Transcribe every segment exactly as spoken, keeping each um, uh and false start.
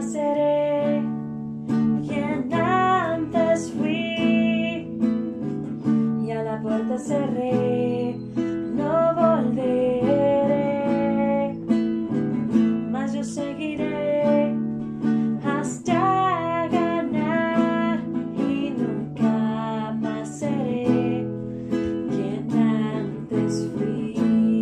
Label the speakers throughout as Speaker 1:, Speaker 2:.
Speaker 1: más seré quien antes fui, y a la puerta cerré, no volveré, mas yo seguiré hasta ganar, y nunca más seré quien antes fui.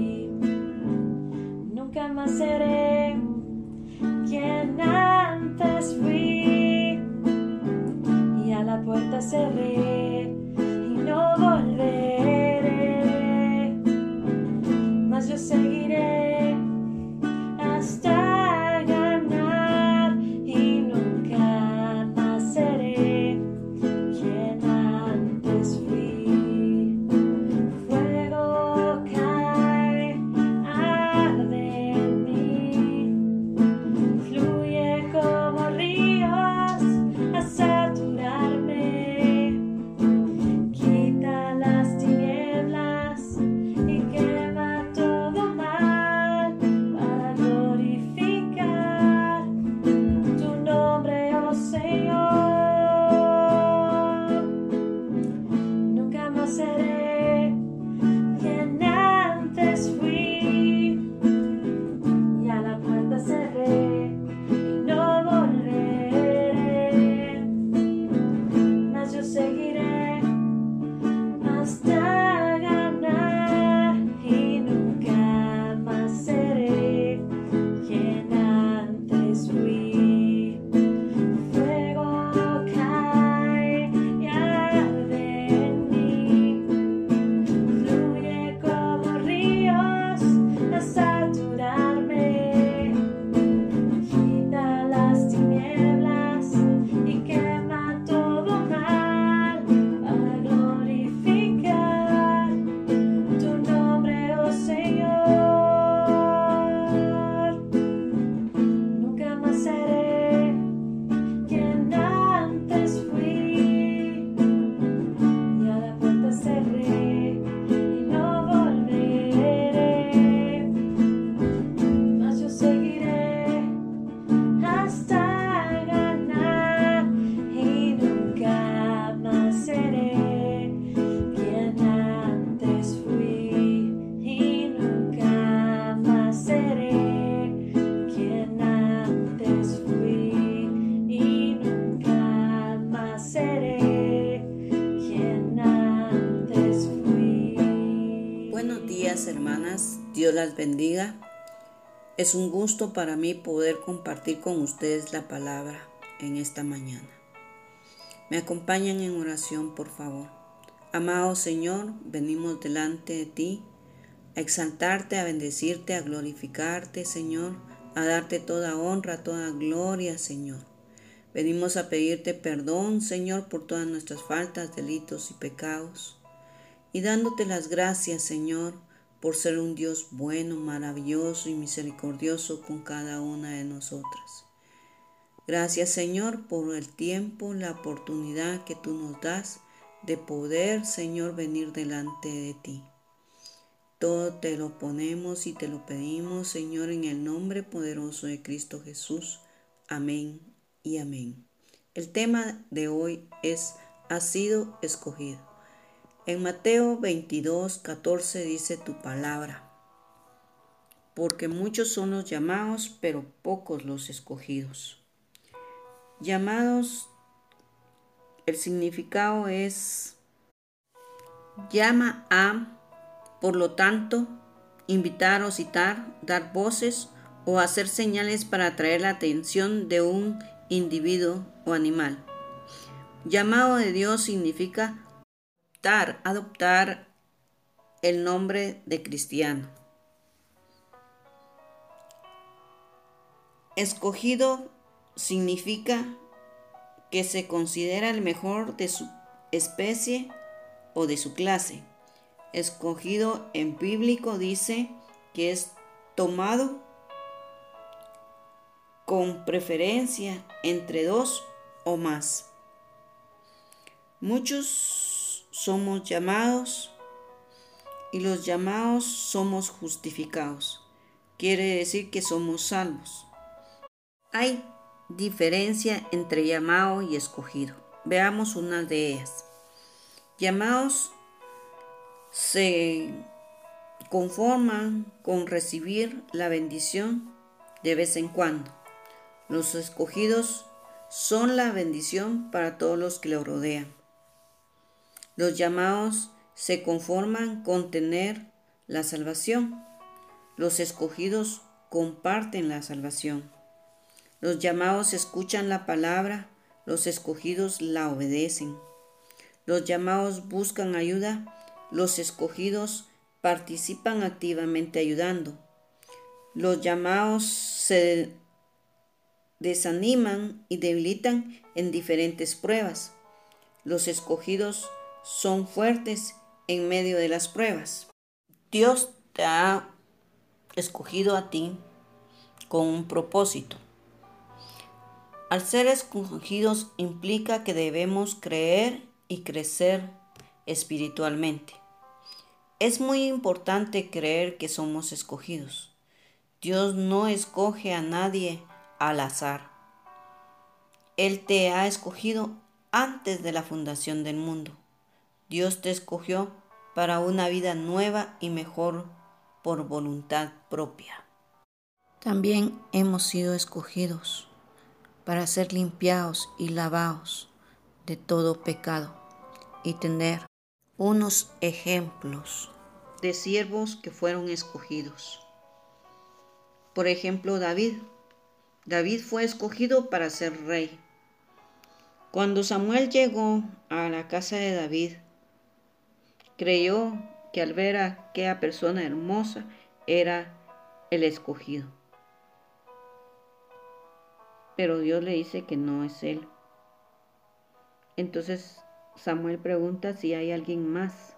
Speaker 1: Nunca más seré quien antes fui, y a la puerta cerré y no volveré, mas yo seguiré hasta ganar, y nunca más seré quien antes fui. Fuego cae, arde en mí, fluye como ríos a saturarme, quita las tinieblas y quema todo mal para glorificar tu nombre, oh Señor. Nunca más seré quien antes fui, y a la puerta cerré y no volveré, mas yo seguiré hasta ganar, y nunca más seré quien antes fui. Fuego cae y arde en mí, fluye como ríos a saturarme, quita las tinieblas y quema todo mal para glorificar tu nombre, oh Señor. Nunca más seré quien antes fui, y a la puerta cerré y no volveré, mas yo seguiré hasta ganar, y nunca más seré quien antes fui, y nunca más seré quien antes fui, y nunca más seré quien antes fui.
Speaker 2: Buenos días, hermanas, Dios las bendiga. Es un gusto para mí poder compartir con ustedes la palabra en esta mañana. Me acompañan en oración, por favor. Amado Señor, venimos delante de ti a exaltarte, a bendecirte, a glorificarte, Señor, a darte toda honra, toda gloria, Señor. Venimos a pedirte perdón, Señor, por todas nuestras faltas, delitos y pecados, y dándote las gracias, Señor, por ser un Dios bueno, maravilloso y misericordioso con cada una de nosotras. Gracias, Señor, por el tiempo, la oportunidad que tú nos das de poder, Señor, venir delante de ti. Todo te lo ponemos y te lo pedimos, Señor, en el nombre poderoso de Cristo Jesús. Amén y amén. El tema de hoy es: has sido escogido. En Mateo veintidós, catorce dice tu palabra: porque muchos son los llamados, pero pocos los escogidos. Llamados, el significado es llama a, por lo tanto, invitar o citar, dar voces o hacer señales para atraer la atención de un individuo o animal. Llamado de Dios significa adoptar, adoptar el nombre de cristiano. Escogido significa que se considera el mejor de su especie o de su clase. Escogido en bíblico dice que es tomado con preferencia entre dos o más. Muchos somos llamados y los llamados somos justificados. Quiere decir que somos salvos. Hay diferencia entre llamado y escogido. Veamos una de ellas. Llamados se conforman con recibir la bendición de vez en cuando. Los escogidos son la bendición para todos los que lo rodean. Los llamados se conforman con tener la salvación. Los escogidos comparten la salvación. Los llamados escuchan la palabra, los escogidos la obedecen. Los llamados buscan ayuda, los escogidos participan activamente ayudando. Los llamados se desaniman y debilitan en diferentes pruebas. Los escogidos son fuertes en medio de las pruebas. Dios te ha escogido a ti con un propósito. Al ser escogidos implica que debemos creer y crecer espiritualmente. Es muy importante creer que somos escogidos. Dios no escoge a nadie al azar. Él te ha escogido antes de la fundación del mundo. Dios te escogió para una vida nueva y mejor por voluntad propia. También hemos sido escogidos para ser limpiados y lavados de todo pecado y tener unos ejemplos de siervos que fueron escogidos. Por ejemplo, David. David fue escogido para ser rey. Cuando Samuel llegó a la casa de David, creyó que al ver a aquella persona hermosa era el escogido. Pero Dios le dice que no es él. Entonces Samuel pregunta si hay alguien más.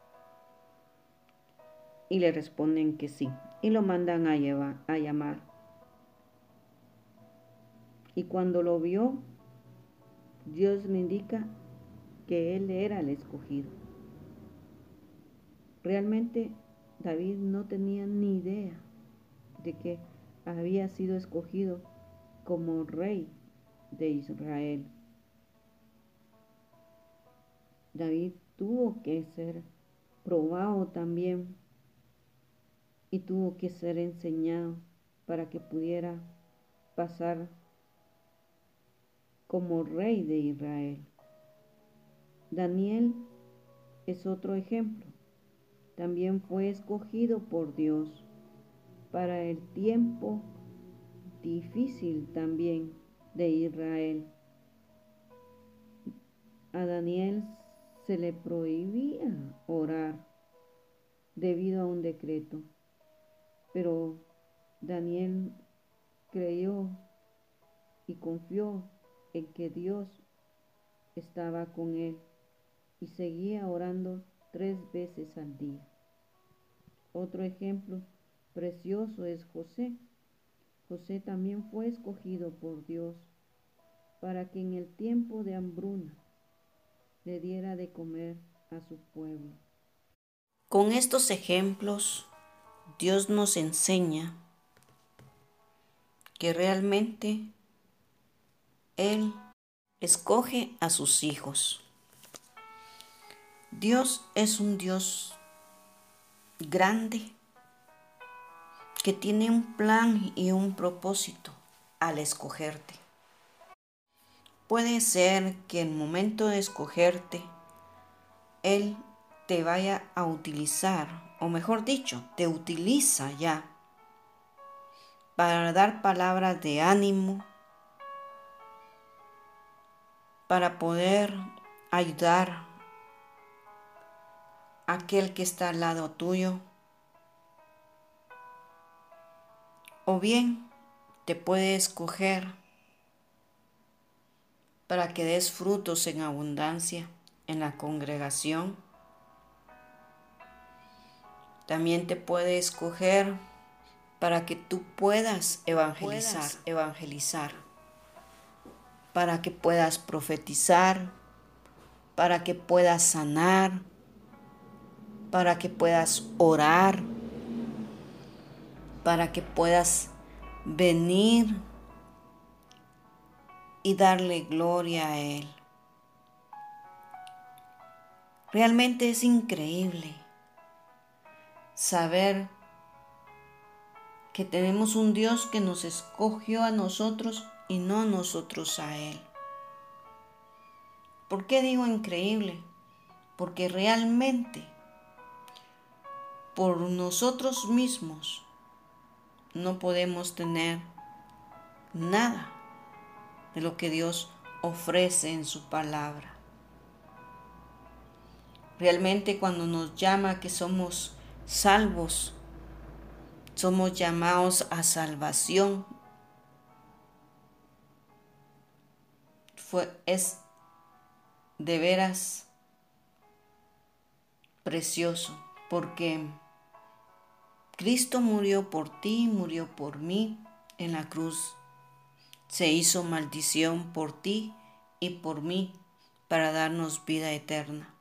Speaker 2: Y le responden que sí. Y lo mandan a, llevar, a llamar. Y cuando lo vio, Dios le indica que él era el escogido. Realmente David no tenía ni idea de que había sido escogido como rey de Israel. David tuvo que ser probado también y tuvo que ser enseñado para que pudiera pasar como rey de Israel. Daniel es otro ejemplo. También fue escogido por Dios para el tiempo difícil también de Israel. A Daniel se le prohibía orar debido a un decreto, pero Daniel creyó y confió en que Dios estaba con él y seguía orando tres veces al día. Otro ejemplo precioso es José. José también fue escogido por Dios para que en el tiempo de hambruna le diera de comer a su pueblo. Con estos ejemplos, Dios nos enseña que realmente Él escoge a sus hijos. Dios es un Dios grande que tiene un plan y un propósito al escogerte. Puede ser que en el momento de escogerte, Él te vaya a utilizar, o mejor dicho, te utiliza ya para dar palabras de ánimo, para poder ayudar a aquel que está al lado tuyo. O bien te puede escoger para que des frutos en abundancia en la congregación. También te puede escoger para que tú puedas evangelizar, puedas evangelizar, para que puedas profetizar, para que puedas sanar, para que puedas orar, para que puedas venir y darle gloria a Él. Realmente es increíble saber que tenemos un Dios que nos escogió a nosotros y no nosotros a Él. ¿Por qué digo increíble? Porque realmente por nosotros mismos no podemos tener nada de lo que Dios ofrece en su palabra. Realmente cuando nos llama que somos salvos, somos llamados a salvación. Fue, es de veras precioso, porque Cristo murió por ti, murió por mí en la cruz. Se hizo maldición por ti y por mí para darnos vida eterna.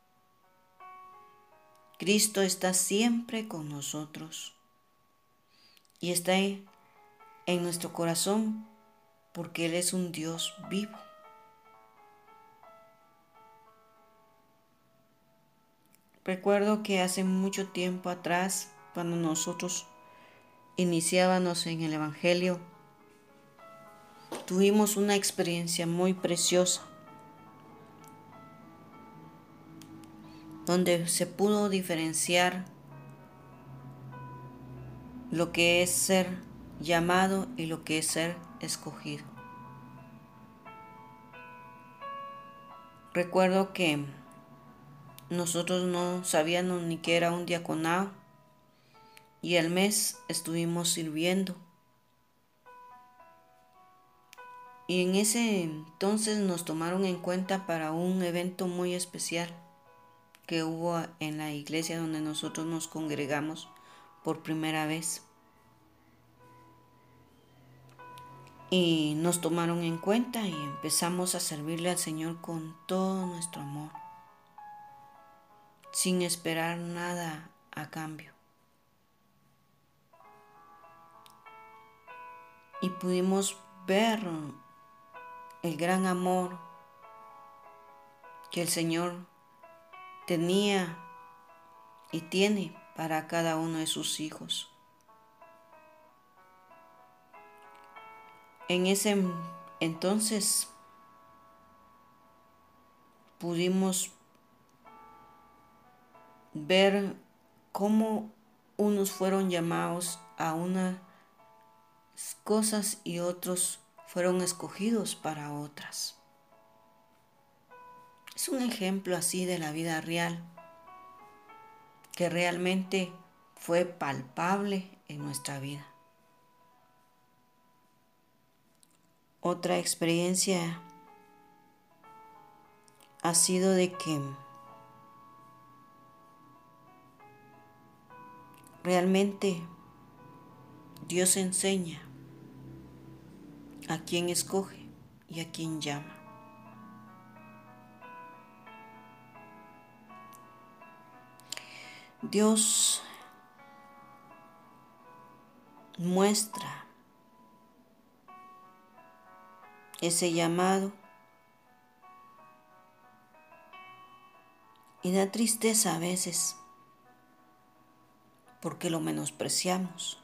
Speaker 2: Cristo está siempre con nosotros y está en nuestro corazón porque Él es un Dios vivo. Recuerdo que hace mucho tiempo atrás, cuando nosotros iniciábamos en el Evangelio, tuvimos una experiencia muy preciosa, donde se pudo diferenciar lo que es ser llamado y lo que es ser escogido. Recuerdo que nosotros no sabíamos ni qué era un diaconado y al mes estuvimos sirviendo. Y en ese entonces nos tomaron en cuenta para un evento muy especial que hubo en la iglesia donde nosotros nos congregamos por primera vez. Y nos tomaron en cuenta y empezamos a servirle al Señor con todo nuestro amor, sin esperar nada a cambio. Y pudimos ver el gran amor que el Señor tenía y tiene para cada uno de sus hijos. En ese entonces pudimos ver cómo unos fueron llamados a unas cosas y otros fueron escogidos para otras. Es un ejemplo así de la vida real, que realmente fue palpable en nuestra vida. Otra experiencia ha sido de que realmente Dios enseña a quien escoge y a quien llama. Dios muestra ese llamado y da tristeza a veces porque lo menospreciamos.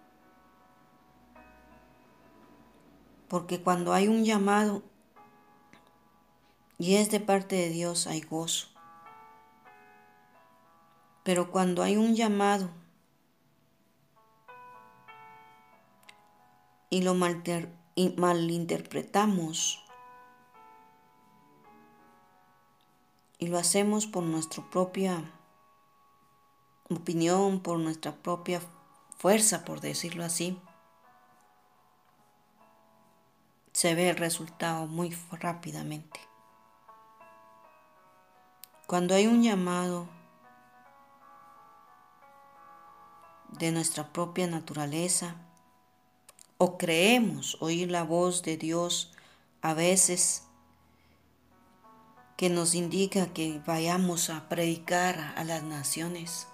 Speaker 2: Porque cuando hay un llamado y es de parte de Dios, hay gozo. Pero cuando hay un llamado y lo malinterpretamos y lo hacemos por nuestra propia opinión, por nuestra propia fuerza, por decirlo así, se ve el resultado muy rápidamente. Cuando hay un llamado de nuestra propia naturaleza, o creemos oír la voz de Dios a veces que nos indica que vayamos a predicar a las naciones,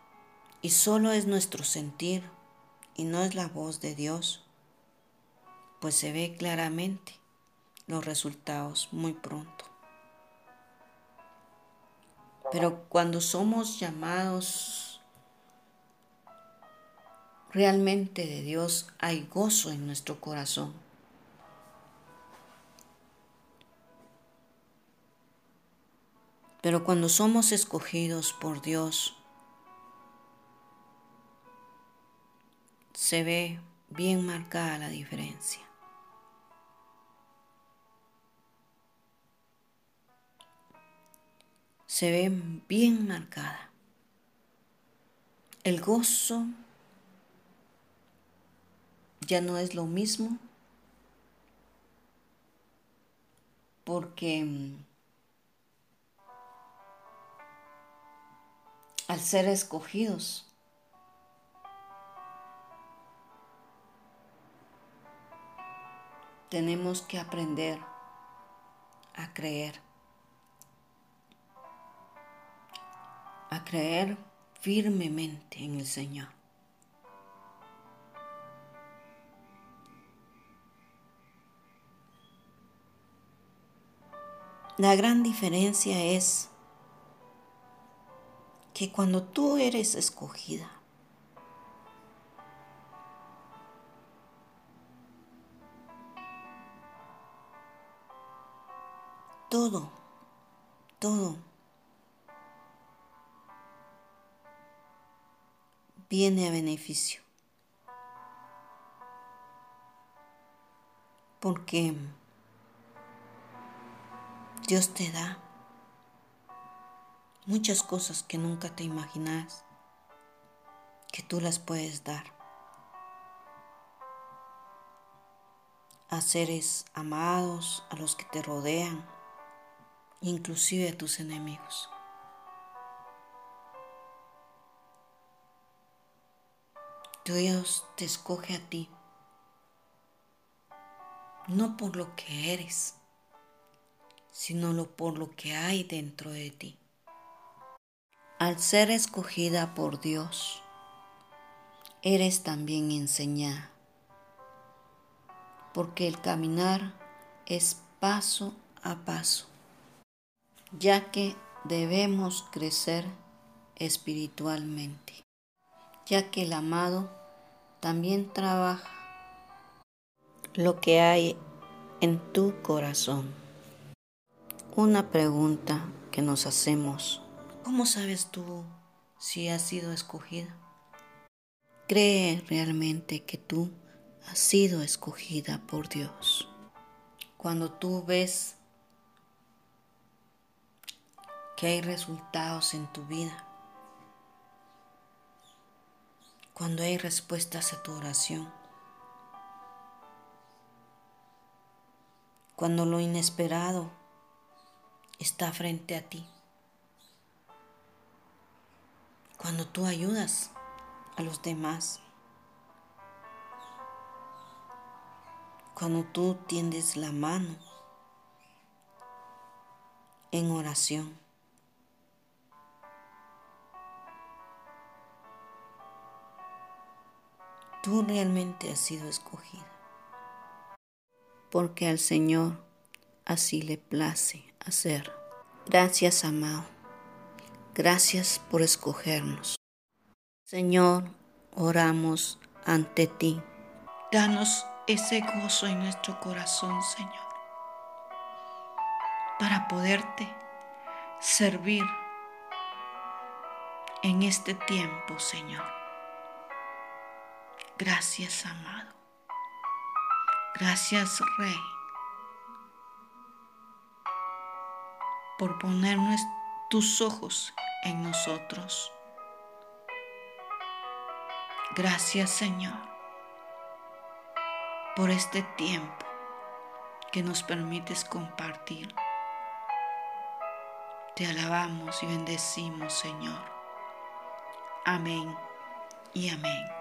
Speaker 2: y solo es nuestro sentir y no es la voz de Dios, pues se ve claramente los resultados muy pronto. Pero cuando somos llamados realmente de Dios, hay gozo en nuestro corazón. Pero cuando somos escogidos por Dios, se ve bien marcada la diferencia. Se ve bien marcada. El gozo ya no es lo mismo porque al ser escogidos, tenemos que aprender a creer, a creer firmemente en el Señor. La gran diferencia es que cuando tú eres escogida, todo, todo viene a beneficio. Porque Dios te da muchas cosas que nunca te imaginas que tú las puedes dar a seres amados, a los que te rodean, inclusive a tus enemigos. Dios te escoge a ti, no por lo que eres, sino por lo que hay dentro de ti. Al ser escogida por Dios, eres también enseñada, porque el caminar es paso a paso, ya que debemos crecer espiritualmente, ya que el amado también trabaja lo que hay en tu corazón. Una pregunta que nos hacemos: ¿cómo sabes tú si has sido escogida? Cree realmente que tú has sido escogida por Dios. Cuando tú ves que hay resultados en tu vida, cuando hay respuestas a tu oración, cuando lo inesperado está frente a ti, cuando tú ayudas a los demás, cuando tú tiendes la mano en oración, tú realmente has sido escogida, porque al Señor así le place hacer. Gracias, amado. Gracias por escogernos. Señor, oramos ante ti. Danos ese gozo en nuestro corazón, Señor, para poderte servir en este tiempo, Señor. Gracias, amado. Gracias, Rey, por poner tus ojos en nosotros. Gracias, Señor, por este tiempo que nos permites compartir. Te alabamos y bendecimos, Señor. Amén y amén.